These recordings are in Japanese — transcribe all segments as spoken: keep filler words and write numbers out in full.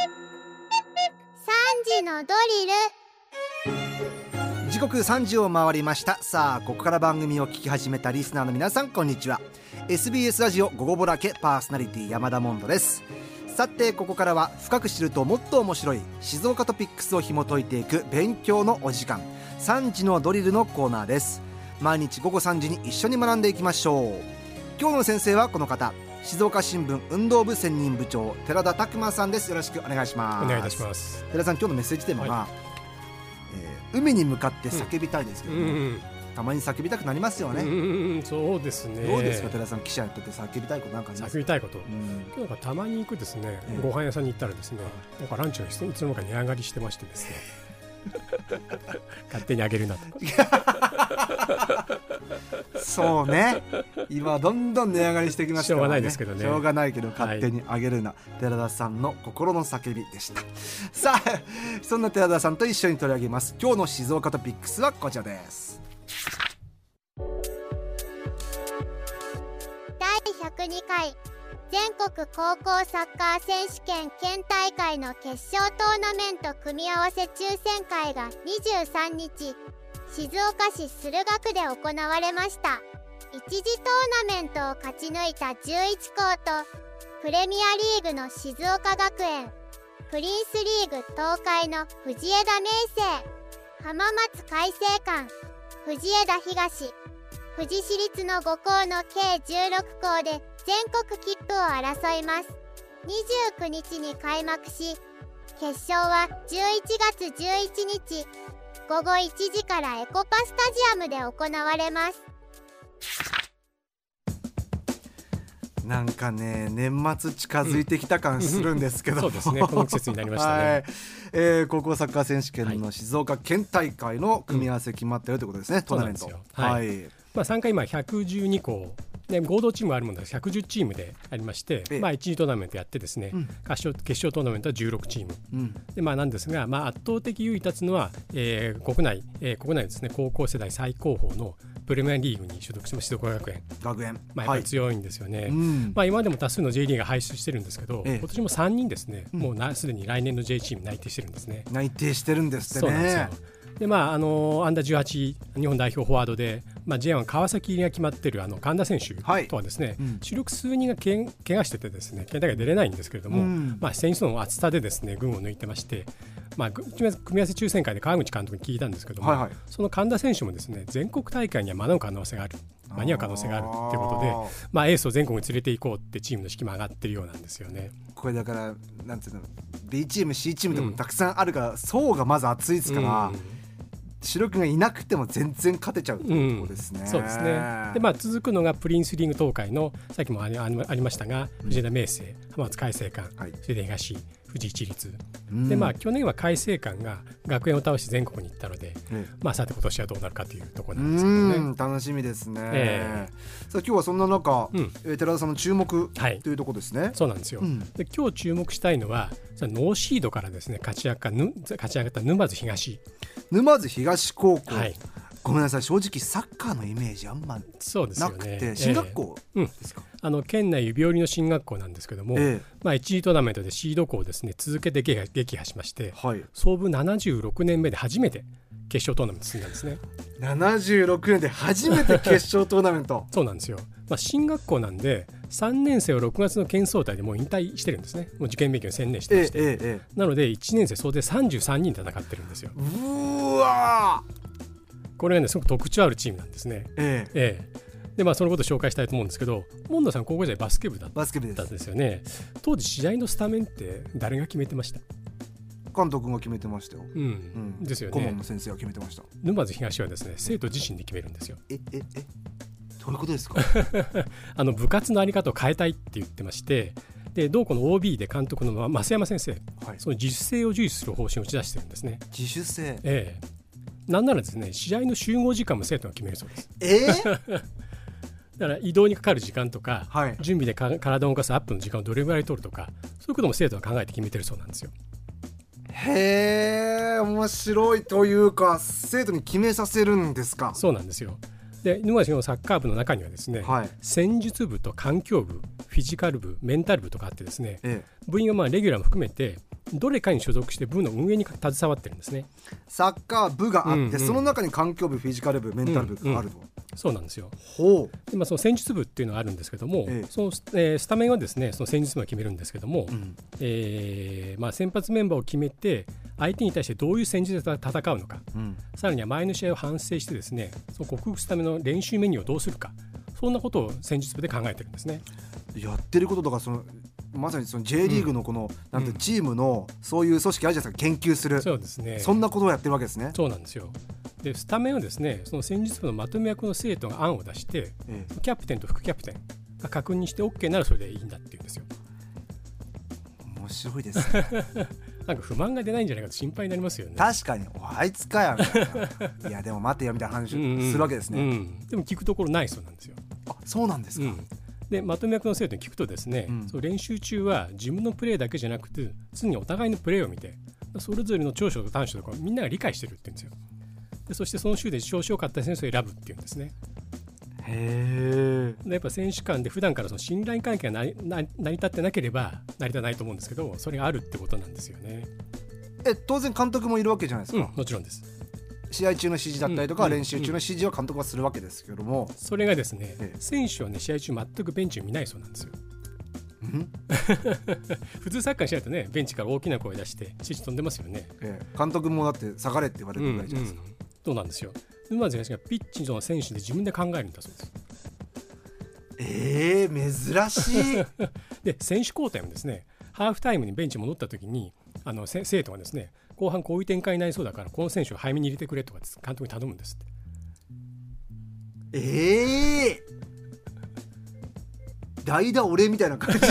さんじのドリル。 時刻さんじを回りました。さあここから番組を聞き始めたリスナーの皆さん、こんにちは。 エスビーエス ラジオ午後ぼらけパーソナリティ山田モンドです。さてここからは深く知るともっと面白い静岡トピックスを紐解いていく勉強のお時間、さんじのドリルのコーナーです。毎日午後さんじに一緒に学んでいきましょう。今日の先生はこの方、静岡新聞運動部専任部長寺田拓馬さんです。よろしくお願いします。 お願いいたします。 寺田さん、今日のメッセージテーマは、はい、えー、海に向かって叫びたいですけども、うんうん、たまに叫びたくなりますよね。 うんうん、そうですね。 どうですか寺田さん、記者やってて叫びたいことなんかありますか？ 叫びたいこと、うん、今日なんかたまに行くですね、ご飯屋さんに行ったらですね、なんかランチがいつの間にか値上がりしてましてですね勝手にあげるなとそうね、今どんどん値上がりしてきましたからね。 しょうがないですけどね。 しょうがないけど勝手にあげるな、はい、寺田さんの心の叫びでした。さあそんな寺田さんと一緒に取り上げます今日の静岡トピックスはこちらです。 だいひゃくにかい全国高校サッカー選手権県大会の決勝トーナメント組み合わせ抽選会がにじゅうさんにち静岡市駿河区で行われました。一次トーナメントを勝ち抜いたじゅういちこうとプレミアリーグの静岡学園、プリンスリーグ東海の藤枝明誠、浜松開誠館、藤枝東、富士市立のごこうの計じゅうろくこうで全国切符を争います。にじゅうくにちに開幕し、決勝はじゅういちがつじゅういちにちごごいちじからエコパスタジアムで行われます。 なんかね、年末近づいてきた感するんですけど、 うんうん、そうですね、この季節になりましたね。はい、 えー、高校サッカー選手権の静岡県大会の組み合わせ決まったよということですね、うん、トーナメント。 はい、まあ、参加今ひゃくじゅうにこうで合同チームがあるものでひゃくじゅうチームでありまして、ええ、まあ、いち次トーナメントやってですね、うん、決勝、決勝トーナメントはじゅうろくチーム、うん、で、まあ、なんですが、まあ、圧倒的優位立つのは、えー、国内、えー、国内ですね、高校世代最高峰のプレミアリーグに所属して静岡学園、 学園、 まあ、やっぱり強いんですよね。はい、 うん、 まあ、今までも多数の J リーグが輩出してるんですけど、ええ、今年もさんにんですね、うん、もうなすでに来年の J チーム内定してるんですね。 内定してるんですってね。 そうなんですよ。で、まあ、あのアンダーじゅうはち日本代表フォワードで、まあ、ジェイワン 川崎入りが決まっているあの神田選手とはですね、はい、うん、主力数人がけ怪我しててですね、県大会出れないんですけれども、うん、まあ、選手の厚さでですね群を抜いてまして、まあ、組み合わせ抽選会で川口監督に聞いたんですけども、はいはい、その神田選手もですね全国大会には間に合う可能性がある間に合う可能性があるということで、まあ、エースを全国に連れて行こうってチームの士気も上がってるようなんですよね。 これだからなんていうの B チーム C チームでもたくさんあるから、うん、層がまず厚いですから、うん、主力がいなくても全然勝てちゃうということですね。 うん、そうですね。で、まあ、続くのがプリンスリーグ東海のさっきもあり、ありましたが、藤枝明誠、浜松開誠館、はい、藤枝東、富士市立、うん、で、まあ、去年は開誠館が学園を倒して全国に行ったので、うん、まあ、さて今年はどうなるかというところなんですけどね。うん、 楽しみですね。えー、さあ今日はそんな中、うん、えー、寺田さんの注目というところですね。はい、 そうなんですよ。うん、で今日注目したいのはノーシードからですね勝ち上がった、勝ち上がった沼津東。 沼津東高校、 はい、 ごめんなさい、正直サッカーのイメージあんまなくて、そうですよね、進学校ですか？ えーうん、あの県内指折りの進学校なんですけども、えーまあ、いち次トーナメントでシード校をですね続けて撃破、撃破しまして、はい、創部ななじゅうろくねんめで初めて決勝トーナメント進んだんですね。 ななじゅうろくねんで初めて決勝トーナメントそうなんですよ。まあ、進学校なんでさんねん生をろくがつの県総体でもう引退してるんですね。もう受験勉強に専念してまして、えーえーえー、なのでいちねん生総勢さんじゅうさんにん戦ってるんですよ。 うわこれはねすごく特徴あるチームなんですね。えーえー、でまあそのことを紹介したいと思うんですけど、モンドさん高校時代バスケ部だったんですよね。当時試合のスタメンって誰が決めてました？ 監督が決めてましたよ。 うん、うん、ですよね。 顧問の先生が決めてました。 沼津東はですね生徒自身で決めるんですよ。 えええどういうことですか？ あの部活の在り方を変えたいって言ってまして、で同校の オービー で監督の増山先生、はい、その自主性を重視する方針を打ち出してるんですね。 自主性、 ええ、なんならですね試合の集合時間も生徒が決めるそうです。 えー、 だから移動にかかる時間とか、はい、準備でか体を動かすアップの時間をどれぐらい取るとか、そういうことも生徒が考えて決めてるそうなんですよ。 へー、面白いというか生徒に決めさせるんですか？ そうなんですよ。で沼津のサッカー部の中にはですね、はい、戦術部と環境部、フィジカル部、メンタル部とかあってですね、ええ、部員がまあレギュラーも含めてどれかに所属して部の運営に携わってるんですね。 サッカー部があって、うんうん、その中に環境部、フィジカル部、メンタル部があると、うんうん、 そうなんですよ。 ほう。 で、まあ、その戦術部っていうのがあるんですけども、ええ、そのえー、スタメンはですねその戦術部が決めるんですけども、うんえーまあ、先発メンバーを決めて相手に対してどういう戦術で戦うのか、うん、さらには前の試合を反省してですねその克服するための練習メニューをどうするか、そんなことを戦術部で考えてるんですね。 やってることとかそのまさにその J リーグのこの、うん、なんてチームのそういう組織あるじゃないですか、研究する。 そうですね。 そんなことをやってるわけですね。 そうなんですよ。でスタメンはですねその戦術部のまとめ役の生徒が案を出して、ええ、キャプテンと副キャプテンが確認して OK ならそれでいいんだって言うんですよ。 面白いですね。 なんか不満が出ないんじゃないかと心配になりますよね。 確かにあいつかやみたいな。いやでも待てよみたいな話するわけですね。うんうんうん、 でも聞くところないそうなんですよ。 あ、そうなんですか。うんでまとめ役の生徒に聞くとですね、うん、そう練習中は自分のプレーだけじゃなくて常にお互いのプレーを見てそれぞれの長所と短所とかみんなが理解してるって言うんですよ。でそしてその週で調子良かった選手を選ぶっていうんですね。 へー。 でやっぱ選手間で普段からその信頼関係が成り、成り立ってなければ成り立たないと思うんですけど、それがあるってことなんですよね。 え当然監督もいるわけじゃないですか。 うん、もちろんです。 試合中の指示だったりとか、うん、練習中の指示は監督がするわけですけども、 それがですね、ええ、選手はね試合中全くベンチを見ないそうなんですよ。ん普通サッカーしないとねベンチから大きな声出して指示飛んでますよね、 ええ、監督もだって下がれって言われてるぐらいじゃないですか、うんうん、 そうなんですよ。まずピッチの選手で自分で考えるんだそうです。 えー、珍しい。 で選手交代もですねハーフタイムにベンチに戻った時にあの生徒がですね後半こういう展開になりそうだからこの選手を早めに入れてくれとか監督に頼むんですって。 ええー、代打俺みたいな感じ。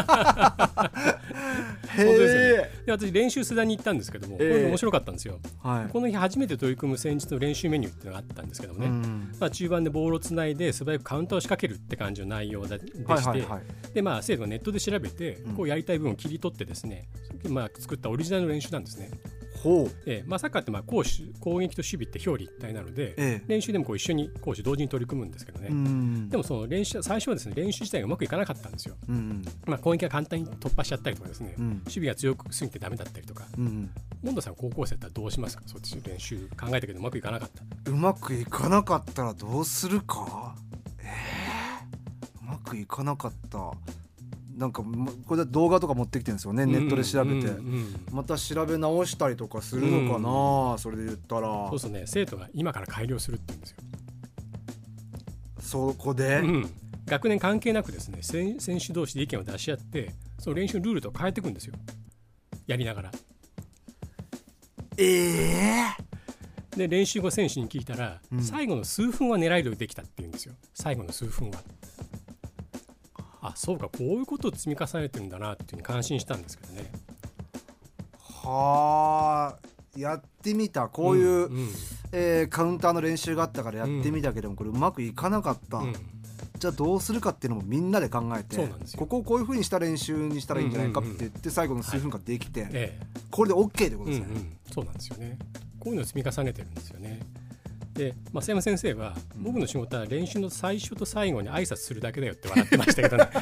へー。で私練習スダに行ったんですけども、えー、これ面白かったんですよ、はい、この日初めて取り組む戦術の練習メニューっていうのがあったんですけどもね、うんまあ、中盤でボールをつないで素早くカウンターを仕掛けるって感じの内容でして、はいはいはい、でまあ生徒がネットで調べてこうやりたい部分を切り取ってですね、うんまあ、作ったオリジナルの練習なんですね。 ほう。 えーまあ、サッカーってまあ攻守攻撃と守備って表裏一体なので、ええ、練習でもこう一緒に攻守同時に取り組むんですけどね。うんでもその練習最初はですね練習自体がうまくいかなかったんですよ、うんまあ、攻撃が簡単に突破しちゃったりとかですね、うん、守備が強くすぎてダメだったりとか、うん、モンドさん高校生だったらどうしますか。そっち練習考えたけどうまくいかなかった。 うまくいかなかったらどうするか。えー、うまくいかなかったなんかこれ動画とか持ってきてるんですよね、ネットで調べて、うんうんうん、また調べ直したりとかするのかな、うん、それで言ったらそうですね生徒が今から改良するって言うんですよ。 そこで、うん、 学年関係なくですね選手同士で意見を出し合ってその練習のルールと変えていくんですよやりながら。 えー、 で練習後選手に聞いたら、うん、最後の数分は狙い通りできたって言うんですよ。最後の数分はあそうかこういうことを積み重ねてるんだなっていうふうに感心したんですけどね。 はあやってみたこういう、うんうんえー、カウンターの練習があったからやってみたけども、うん、これうまくいかなかった、うん、じゃあどうするかっていうのもみんなで考えてここをこういう風にした練習にしたらいいんじゃないかって言って最後の数分間できて、はいええ、これで OK ってことですね、 うんうん、そうなんですよね。こういうのを積み重ねてるんですよね。で増山先生は、うん、僕の仕事は練習の最初と最後に挨拶するだけだよって笑ってましたけどね。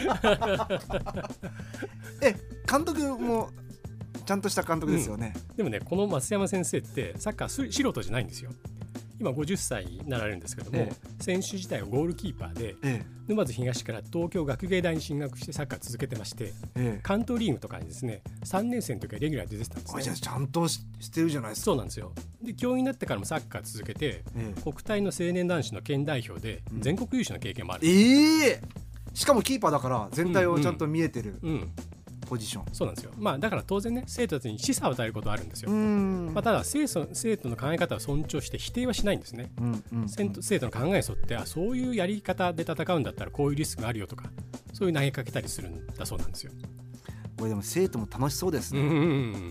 え監督もちゃんとした監督ですよね、 うん、でもねこの増山先生ってサッカー素人じゃないんですよ。今ごじゅっさいになられるんですけども、ええ、選手自体はゴールキーパーで、ええ、沼津東から東京学芸大に進学してサッカー続けてまして、ええ、関東リーグとかにですねさんねん生の時はレギュラーで出てたんですね。 あじゃあちゃんと し, してるじゃないですか。 そうなんですよ。で教員になってからもサッカー続けて、ええ、国体の青年男子の県代表で全国優勝の経験もある、 うん、ええしかもキーパーだから全体をちゃんと見えてる、うんうんポジション。 そうなんですよ、まあ、だから当然ね生徒たちに示唆を与えることはあるんですよ。まあ、ただ生徒、生徒の考え方を尊重して否定はしないんですね、うんうん、生徒、生徒の考えに沿ってあそういうやり方で戦うんだったらこういうリスクがあるよとかそういう投げかけたりするんだそうなんですよ。 これでも生徒も楽しそうですね。 うんうんうん、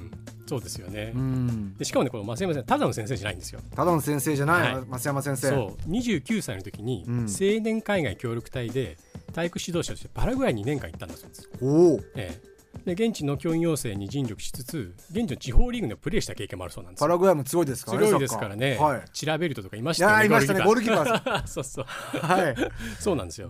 そうですよね。うんでしかもねこの増山先生ただの先生じゃないんですよ。 ただの先生じゃない、はい、増山先生。 そうにじゅうきゅうさいの時に、うん、青年海外協力隊で体育指導者としてパラグアイにねんかん行ったんだそうです。 おお、 ええで現地の教員養成に尽力しつつ現地の地方リーグでプレーした経験もあるそうなんですよ。 パラグアイも強いですからね。 強いですからね、はい、チラベルトとかいましたよね。いやいましたねゴールキーパーそうそう、 はい、 そうなんですよ。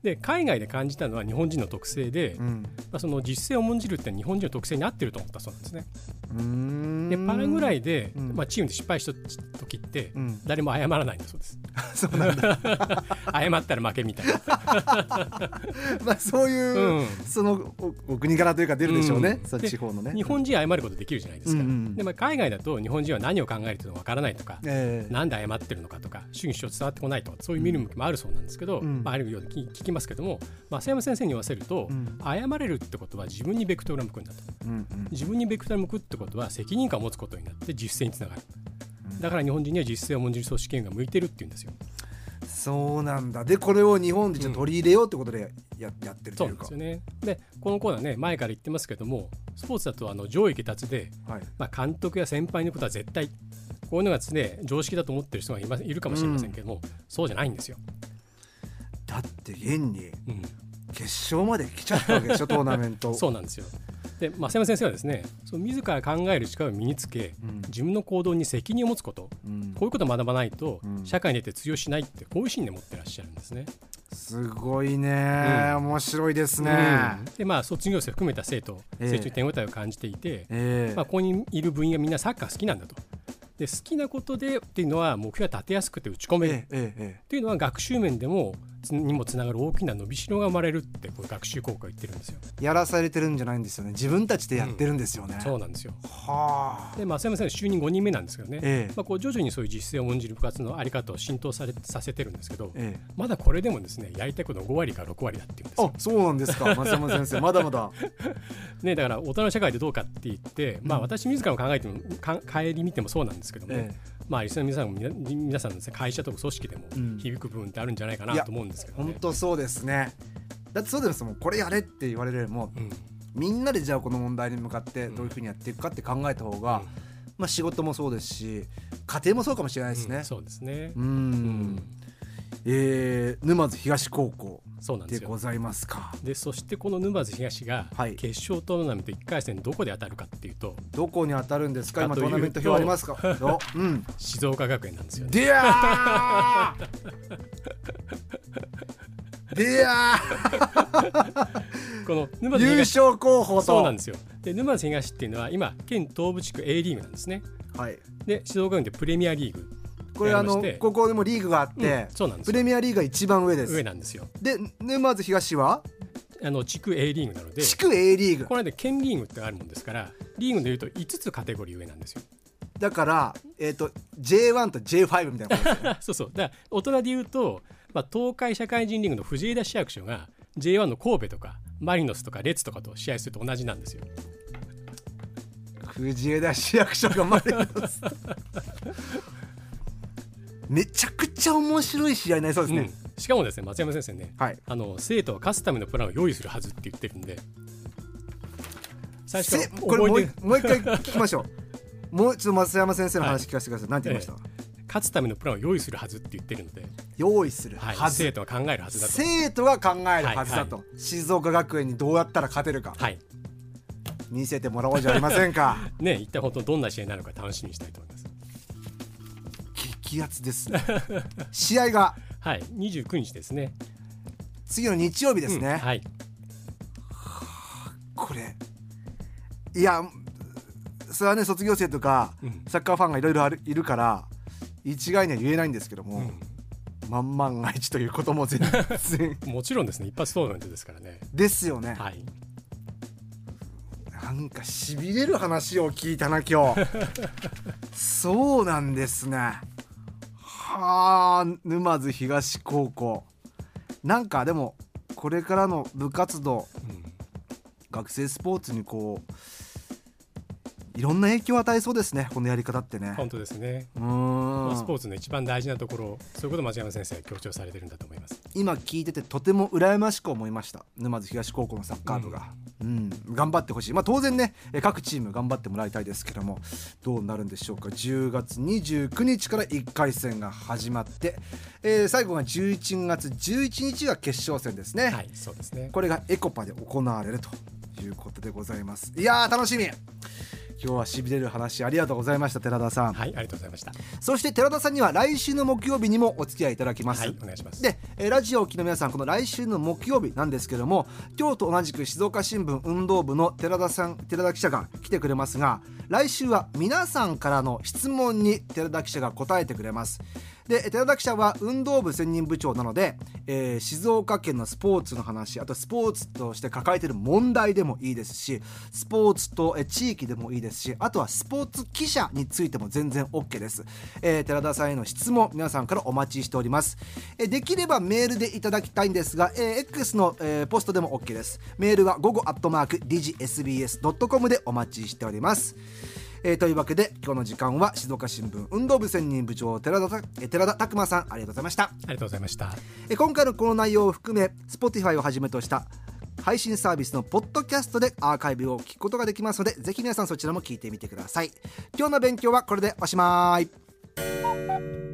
で海外で感じたのは日本人の特性で、うんまあ、その実勢を重んじるって日本人の特性に合ってると思ったそうなんですね。 うーんでパラグアイで、 うんまあ、チームで失敗した時って、 うん、 誰も謝らないんだそうです。 そうなんだ謝ったら負けみたいなまあそういう、うん、そのお国柄というか出るでしょうね、うん、その地方のね。 日本人は謝ることできるじゃないですか、うんうん、でまあ、海外だと日本人は何を考えてるのかわからないとか、えー、なんで謝ってるのかとか主義主張伝わってこないとかそういう見る向きもあるそうなんですけど、うんまあ、あるように聞きますけども、増山先生に言わせると、うん、謝れるってことは自分にベクトルが向くんだと、うんうん、自分にベクトルが向くってことは責任感を持つことになって実践につながる、うん、だから日本人には実践を重んじる組織権が向いてるっていうんですよ。 そうなんだ。でこれを日本でちょっと取り入れようってことで や,、うん、やってるというか。 そうなんですよね。でこのコーナーね前から言ってますけども、スポーツだとあの上位下達で、はいまあ、監督や先輩のことは絶対こういうのがですね常識だと思ってる人が い, まいるかもしれませんけども、うん、そうじゃないんですよ。 だって現に決勝まで来ちゃったわけでしょトーナメントそうなんですよ。で増山先生はですねその自ら考える力を身につけ、うん、自分の行動に責任を持つこと、うん、こういうことを学ばないと、うん、社会に出て通用しないってこういう信念を持ってらっしゃるんですね。 すごいね、うん、面白いですね、 うん、でまあ卒業生含めた生徒、えー、成長に手応えを感じていて、えーまあ、ここにいる部員はみんなサッカー好きなんだと。で好きなことでっていうのは目標が立てやすくて打ち込める、えーえー、っていうのは学習面でもにもつながる大きな伸びしろが生まれるってこう学習効果が言ってるんですよ。 やらされてるんじゃないんですよね。自分たちでやってるんですよね、 うん、そうなんですよ。 はあ。 で増山先生就任ごにんめなんですけどね、 ええまあ、こう徐々にそういう実践を重んじる部活のあり方を浸透されさせてるんですけど、 ええ、 まだこれでもですねやりたいことのごわりかろくわりだっていうんですよ。 あ、そうなんですか増山先生まだまだね、だから大人の社会でどうかって言って、まあ、私自らも考えてもか帰り見てもそうなんですけども、ねええまあ、リスナーの皆さんも皆さんの、ね、会社とか組織でも響く部分ってあるんじゃないかなと思うんですけどね。 本当そうですね。だってそうですもん。これやれって言われるよりも、うん、みんなでじゃあこの問題に向かってどういうふうにやっていくかって考えた方が、うんまあ、仕事もそうですし家庭もそうかもしれないですね、 うん、そうですね。 うん、うんえー、沼津東高校でございますか。 でそしてこの沼津東が決勝トーナメントいっかい戦どこで当たるかっていうと、 どこに当たるんですか。今トーナメント表ありますかうん、 静岡学園なんですよね。 でやーでやーこの沼津東優勝候補と。 そうなんですよ。で沼津東っていうのは今県東部地区 A リーグなんですね、 はい、 で静岡学園ってプレミアリーグこれあのここでもリーグがあって、 うん、そうなんですよ。 プレミアリーグが一番上です。 上なんですよ。 で沼津東はあの地区 A リーグなので、 地区 A リーグこの間県リーグってあるもんですからリーグでいうといつつカテゴリー上なんですよ。 だから、えー、と ジェイワン と ジェイファイブ みたいなことですよそうそう。だから大人でいうと、まあ、東海社会人リーグの藤枝市役所が ジェイワン の神戸とかマリノスとかレッツとかと試合すると同じなんですよ。 藤枝市役所がマリノスめちゃくちゃ面白い試合になりそうですね、 うん、しかもですね松山先生ね、 はい、 あの生徒は勝つためのプランを用意するはずって言ってるんで最初からこれもうもう一回聞きましょうもうちょっと松山先生の話聞かせてください、はい、何て言いました、 えー、勝つためのプランを用意するはずって言ってるので用意するはず、 はい、生徒は考えるはずだと生徒が考えるはずだと、はいはい、静岡学園にどうやったら勝てるか、 はい、 見せてもらおうじゃありませんかね、一体本当どんな試合になるのか楽しみにしたいと思います。 激アツですね試合がはいにじゅうくにちですね。 次の日曜日ですね、 うん、はい。 これいやそれはね卒業生とか、うん、サッカーファンがいろいろいるから一概には言えないんですけども、うん、万万が一ということも全然もちろんですね。一発トーナメントですからね。 ですよね、 はい。 なんかしびれる話を聞いたな今日そうなんですね。はあ、沼津東高校なんかでもこれからの部活動、うん、学生スポーツにこういろんな影響を与えそうですねこのやり方ってね。 本当ですね。 うーん、 まあ、スポーツの一番大事なところそういうことを松山先生は強調されてるんだと思います。 今聞いててとても羨ましく思いました。沼津東高校のサッカー部が、うんうん、頑張ってほしい。まあ当然ね各チーム頑張ってもらいたいですけどもどうなるんでしょうか。じゅうがつにじゅうくにちからいっかい戦が始まって、えー、最後がじゅういちがつじゅういちにちが決勝戦ですね。 はい、そうですね。 これがエコパで行われるということでございます。いやー楽しみ。 今日はしびれる話ありがとうございました。寺田さん。 はい、ありがとうございました。 そして寺田さんには来週の木曜日にもお付き合いいただきます。 はい、お願いします。 で、えー、ラジオを聴きの皆さん、この来週の木曜日なんですけども、今日と同じく静岡新聞運動部の寺田さん寺田記者が来てくれますが、来週は皆さんからの質問に寺田記者が答えてくれます。で、寺田記者は運動部専任部長なので、えー、静岡県のスポーツの話、あとスポーツとして抱えている問題でもいいですし、スポーツとえ地域でもいいですし、あとはスポーツ記者についても全然 OK です。えー、寺田さんへの質問、皆さんからお待ちしております。えー、できればメールでいただきたいんですが、えー、X の、えー、ポストでも OK です。メールは午後アットマーク ディジエスビーエスドットコム でお待ちしております。えー、というわけで今日の時間は静岡新聞運動部専任部長寺田、えー、寺田拓馬さん、ありがとうございました。 ありがとうございました。 えー、今回のこの内容を含め Spotify をはじめとした配信サービスのポッドキャストでアーカイブを聞くことができますので、ぜひ皆さんそちらも聞いてみてください。今日の勉強はこれでおしまい。